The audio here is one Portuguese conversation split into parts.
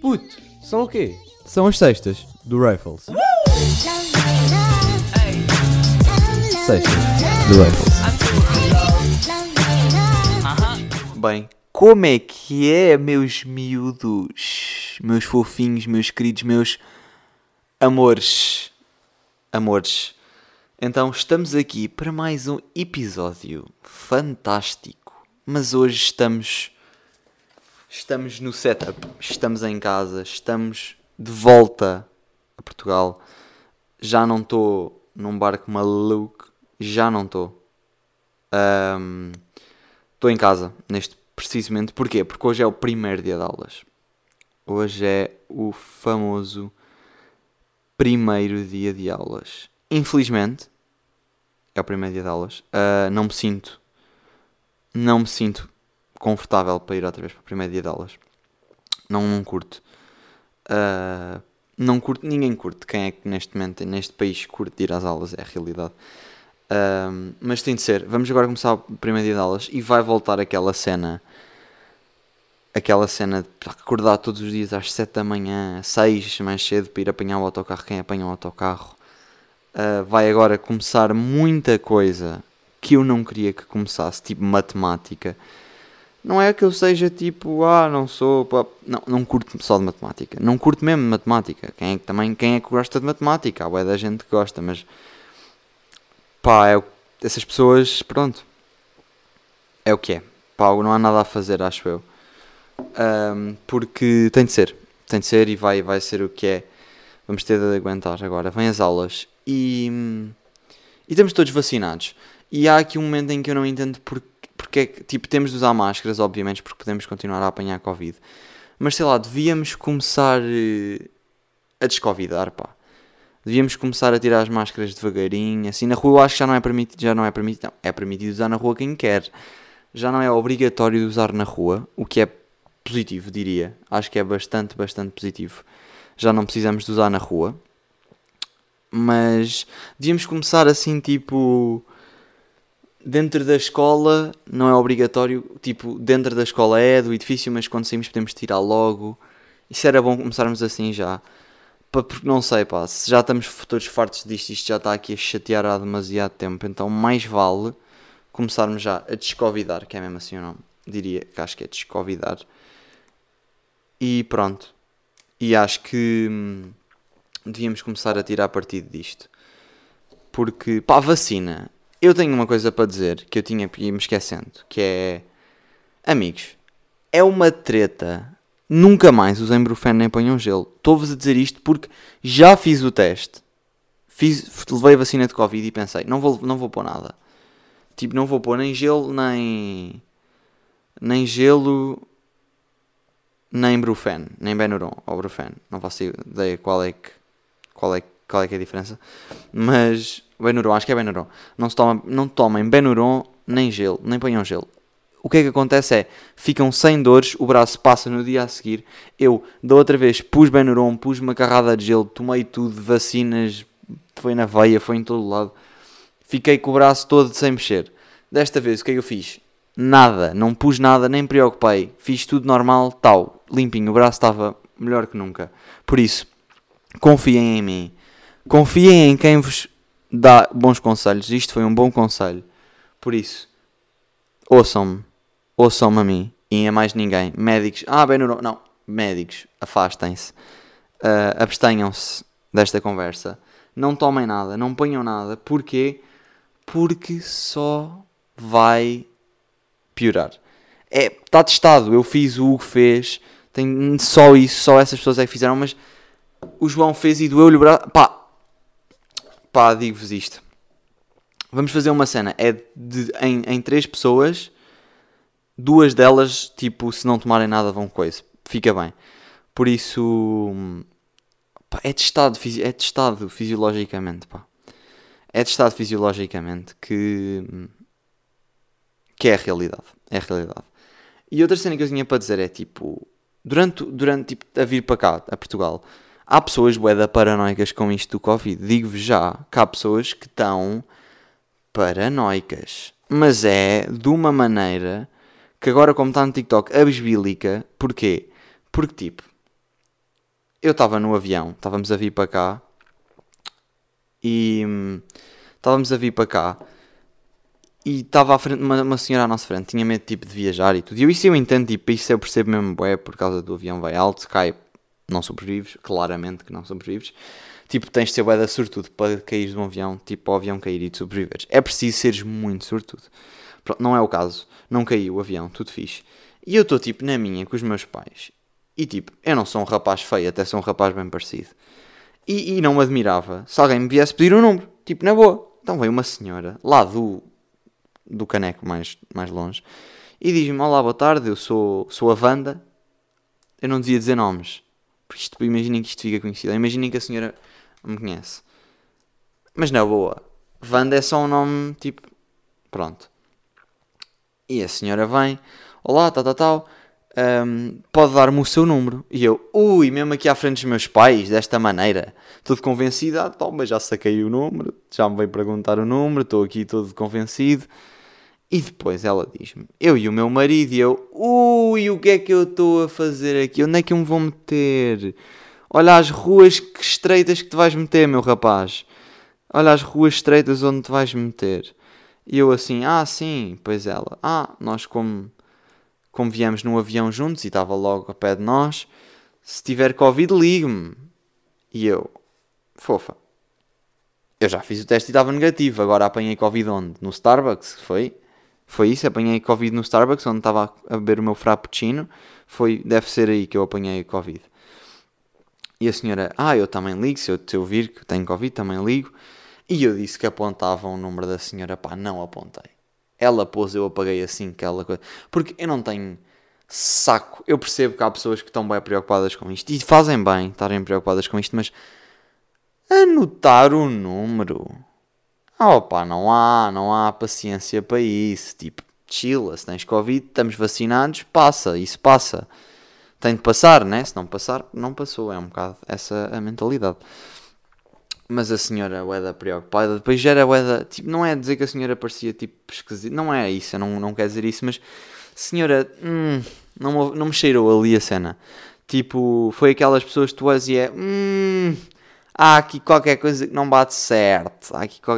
Puto, são o quê? São as sextas do Raffles. Sextas do Raffles. Bem, como é que é, meus miúdos? Meus fofinhos, meus queridos, meus amores. Amores. Então, estamos aqui para mais um episódio fantástico. Mas hoje estamos no setup. Estamos em casa. Estamos de volta a Portugal. Já não estou num barco maluco. Já não estou. Estou em casa, neste precisamente. Porquê? Porque hoje é o primeiro dia de aulas. Hoje é o famoso primeiro dia de aulas. Infelizmente, é o primeiro dia de aulas. Não me sinto confortável para ir outra vez para o primeiro dia de aulas. Não curto. Não curto, ninguém curte. Quem é que neste momento, neste país, curte ir às aulas? É a realidade. Mas tem de ser. Vamos agora começar o primeiro dia de aulas e vai voltar aquela cena de acordar todos os dias às 7 da manhã, 6 mais cedo, para ir apanhar o autocarro. Quem apanha o autocarro? Vai agora começar muita coisa que eu não queria que começasse, tipo matemática. Não é que eu seja tipo, não sou... Não curto só de matemática. Não curto mesmo de matemática. Quem é que gosta de matemática? Há bué da gente que gosta, mas... essas pessoas, pronto. É o que é. Não há nada a fazer, acho eu. Porque tem de ser e vai ser o que é. Vamos ter de aguentar agora. Vêm as aulas e estamos todos vacinados. E há aqui um momento em que eu não entendo porque é que, tipo, temos de usar máscaras, obviamente, porque podemos continuar a apanhar Covid. Mas sei lá, devíamos começar a descovidar, pá. Devíamos começar a tirar as máscaras devagarinho. Assim, na rua eu acho que já não é permitido. Não, é permitido usar na rua quem quer. Já não é obrigatório usar na rua, o que é positivo, diria. Acho que é bastante positivo. Já não precisamos de usar na rua. Mas devíamos começar assim, tipo... Dentro da escola não é obrigatório. Tipo, dentro da escola é do edifício, mas quando saímos podemos tirar logo. Isso era bom começarmos assim já. Porque não sei, pá, se já estamos todos fartos disto, isto já está aqui a chatear há demasiado tempo. Então mais vale começarmos já a descovidar, que é mesmo assim o nome. Diria que acho que é descovidar. E pronto. E acho que devíamos começar a tirar partido disto. Porque, pá, vacina. Eu tenho uma coisa para dizer que eu tinha e me esquecendo. Que é... Amigos, é uma treta. Nunca mais usem Ibuprofeno nem ponham gelo. Estou-vos a dizer isto porque já fiz o teste. Levei a vacina de Covid e pensei, não vou pôr nada. Tipo, não vou pôr nem gelo, nem gelo, nem Ibuprofeno, nem Benuron ou Ibuprofeno. Não faço ideia qual é que é a diferença. Mas Benuron, acho que é Benuron. Não tomem Benuron nem gelo, nem ponham gelo. O que é que acontece é, ficam sem dores, o braço passa no dia a seguir. Eu, da outra vez, pus Benuron, pus uma carrada de gelo, tomei tudo, vacinas, foi na veia, foi em todo lado. Fiquei com o braço todo sem mexer. Desta vez, o que é que eu fiz? Nada, não pus nada, nem me preocupei. Fiz tudo normal, tal, limpinho, o braço estava melhor que nunca. Por isso, confiem em mim. Confiem em quem vos dá bons conselhos. Isto foi um bom conselho. Por isso, ouçam-me a mim e a mais ninguém. Médicos, Benuron, não, médicos, afastem-se, abstenham-se desta conversa, não tomem nada, não ponham nada. Porquê? Porque só vai piorar. Está testado, eu fiz, o Hugo fez, tem só isso, só essas pessoas é que fizeram, mas o João fez e doeu-lhe o braço. Digo-vos isto. Vamos fazer uma cena, em 3 pessoas, 2 delas, tipo, se não tomarem nada vão coisa, fica bem. Por isso, é testado fisiologicamente, pá. É testado fisiologicamente que é a realidade, E outra cena que eu tinha para dizer é, tipo, durante tipo, a vir para cá, a Portugal, há pessoas bué da paranoicas com isto do Covid. Digo-vos já que há pessoas que estão paranoicas. Mas é de uma maneira que agora, como está no TikTok, abesbílica. Porquê? Porque, tipo, eu estava no avião, estávamos a vir para cá e estava à frente uma senhora à nossa frente, tinha medo tipo de viajar e tudo. E isso eu entendo, tipo, isso eu percebo mesmo, bué, por causa do avião vai alto, cai, não sobrevives, claramente que não sobrevives. Tipo, tens de ser bué da sortudo para cair de um avião, tipo, ao avião cair e tu sobreviveres. É preciso seres muito sortudo. Pronto, não é o caso, não caiu o avião, tudo fixe. E eu estou tipo na minha com os meus pais. E tipo, eu não sou um rapaz feio, até sou um rapaz bem parecido. E não me admirava se alguém me viesse pedir um número, tipo, na boa. Então veio uma senhora, lá do caneco mais longe, e diz-me, olá, boa tarde, eu sou a Wanda. Eu não devia dizer nomes, porque imaginem que isto fica conhecido. Imaginem que a senhora me conhece. Mas na boa, Wanda é só um nome, tipo, pronto. E a senhora vem, olá, tal, pode dar-me o seu número. E eu, mesmo aqui à frente dos meus pais, desta maneira, todo convencido, mas já saquei o número, já me veio perguntar o número, estou aqui todo convencido. E depois ela diz-me, eu e o meu marido, e eu, o que é que eu estou a fazer aqui? Onde é que eu me vou meter? Olha as ruas estreitas que te vais meter, meu rapaz. Olha as ruas estreitas onde te vais meter. E eu assim, sim, pois ela, nós como viemos no avião juntos e estava logo a pé de nós, se tiver Covid, ligue-me. E eu, fofa, eu já fiz o teste e estava negativo, agora apanhei Covid onde? No Starbucks, foi? Foi isso, apanhei Covid no Starbucks, onde estava a beber o meu frappuccino, deve ser aí que eu apanhei Covid. E a senhora, eu também ligo, se eu vir que tenho Covid, também ligo. E eu disse que apontava o número da senhora, não apontei. Ela pôs, eu apaguei assim aquela coisa. Porque eu não tenho saco. Eu percebo que há pessoas que estão bem preocupadas com isto. E fazem bem estarem preocupadas com isto, mas anotar o número. Não há paciência para isso. Tipo, chila, se tens Covid, estamos vacinados, passa, isso passa. Tem de passar, né? Se não passar, não passou. É um bocado essa a mentalidade. Mas a senhora é da preocupada. Depois já era da... Tipo, não é dizer que a senhora parecia tipo esquisita. Não é isso, eu não quero dizer isso. Mas senhora, não me cheirou ali a cena. Tipo, foi aquelas pessoas que tu és e há aqui qualquer coisa que não bate certo.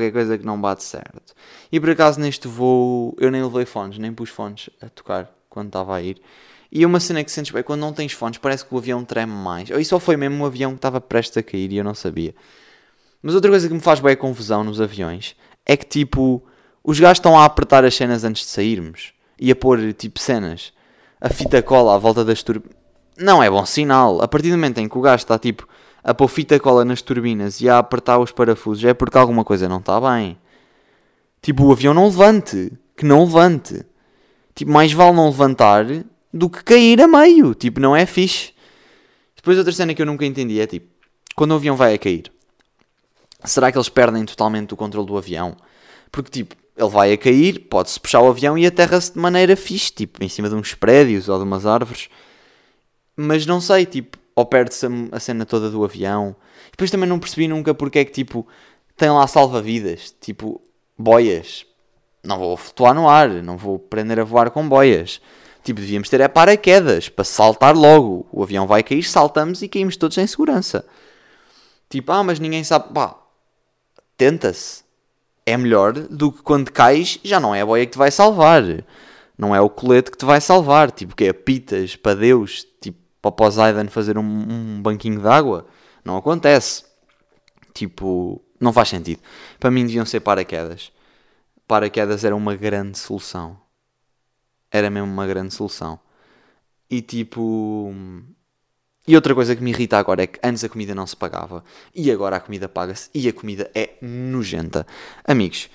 E por acaso neste voo eu nem levei fones, nem pus fones a tocar quando estava a ir. E uma cena que sentes bem, quando não tens fones, parece que o avião treme mais. Ou isso só foi mesmo um avião que estava prestes a cair e eu não sabia. Mas outra coisa que me faz bem confusão nos aviões é que, tipo, os gajos estão a apertar as cenas antes de sairmos. E a pôr, tipo, cenas. A fita cola à volta das turbinas. Não é bom sinal. A partir do momento em que o gajo está, tipo, a pôr fita cola nas turbinas e a apertar os parafusos, é porque alguma coisa não está bem. Tipo, o avião não levante. Que não levante. Tipo, mais vale não levantar do que cair a meio. Tipo, não é fixe. Depois outra cena que eu nunca entendi é, tipo, quando o avião vai a cair, será que eles perdem totalmente o controle do avião? Porque, tipo, ele vai a cair, pode-se puxar o avião e aterra-se de maneira fixe, tipo, em cima de uns prédios ou de umas árvores. Mas não sei, tipo, ou perde-se a cena toda do avião. Depois também não percebi nunca porque é que, tipo, tem lá salva-vidas, tipo, boias. Não vou flutuar no ar, não vou aprender a voar com boias. Tipo, devíamos ter paraquedas, para saltar logo. O avião vai cair, saltamos e caímos todos em segurança. Tipo, mas ninguém sabe... Tenta-se. É melhor do que quando cais, já não é a boia que te vai salvar. Não é o colete que te vai salvar. Tipo, que é pitas para Deus, tipo, para o Poseidon fazer um banquinho de água. Não acontece. Tipo, não faz sentido. Para mim deviam ser paraquedas. Paraquedas era uma grande solução. Era mesmo uma grande solução. E tipo... E outra coisa que me irrita agora é que antes a comida não se pagava. E agora a comida paga-se. E a comida é nojenta. Amigos,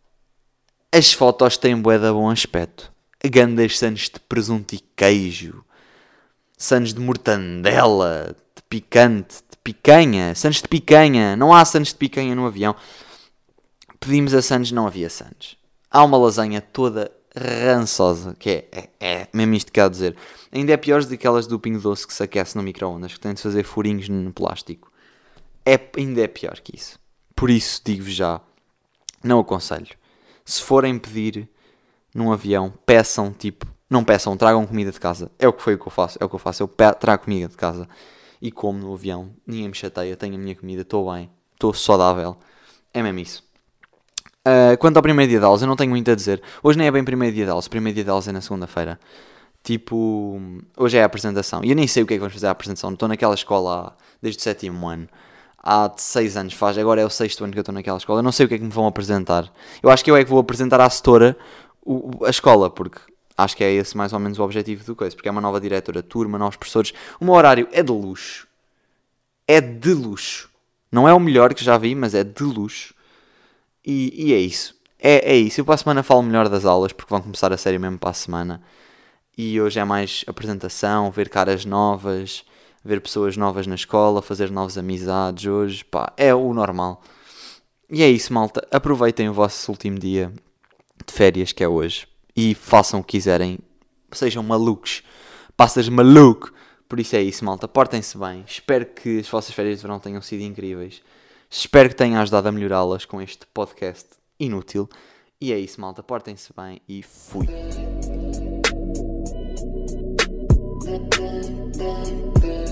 as fotos têm bué de bom aspecto. Grandes sandes de presunto e queijo. Sandes de mortandela. De picante. De picanha. Sandes de picanha. Não há sandes de picanha no avião. Pedimos a sandes, não havia sandes. Há uma lasanha toda rançosa. Que é mesmo isto que quero dizer. Ainda é pior daquelas do Pingo Doce que se aquece no micro-ondas, que tem de fazer furinhos no plástico. Ainda é pior que isso. Por isso, digo-vos já, não aconselho. Se forem pedir num avião, peçam, tipo... Não peçam, tragam comida de casa. É o que eu faço. Eu trago comida de casa. e como no avião. Ninguém me chateia, tenho a minha comida, estou bem, estou saudável. É mesmo isso. Quanto ao primeiro dia de aulas, eu não tenho muito a dizer. Hoje nem é bem primeiro dia de aulas, o primeiro dia de aulas é na segunda-feira. Tipo, hoje é a apresentação. E eu nem sei o que é que vamos fazer à apresentação. Estou naquela escola desde o 7º ano. Há 6 anos faz. Agora é o 6º ano que eu estou naquela escola. Eu não sei o que é que me vão apresentar. Eu acho que eu é que vou apresentar à setora a escola, porque acho que é esse mais ou menos o objetivo do coisa. Porque é uma nova diretora, turma, novos professores. O meu horário é de luxo. É de luxo. Não é o melhor que já vi, mas é de luxo. E é isso. É isso. Eu para a semana falo melhor das aulas, porque vão começar a série mesmo para a semana. E hoje é mais apresentação, ver caras novas, ver pessoas novas na escola, fazer novas amizades hoje, pá, é o normal. E é isso, malta. Aproveitem o vosso último dia de férias, que é hoje, e façam o que quiserem. Sejam malucos. Passas maluco. Por isso é isso, malta. Portem-se bem. Espero que as vossas férias de verão tenham sido incríveis. Espero que tenha ajudado a melhorá-las com este podcast inútil. E é isso, malta. Portem-se bem e fui. Dun, dun, dun, dun.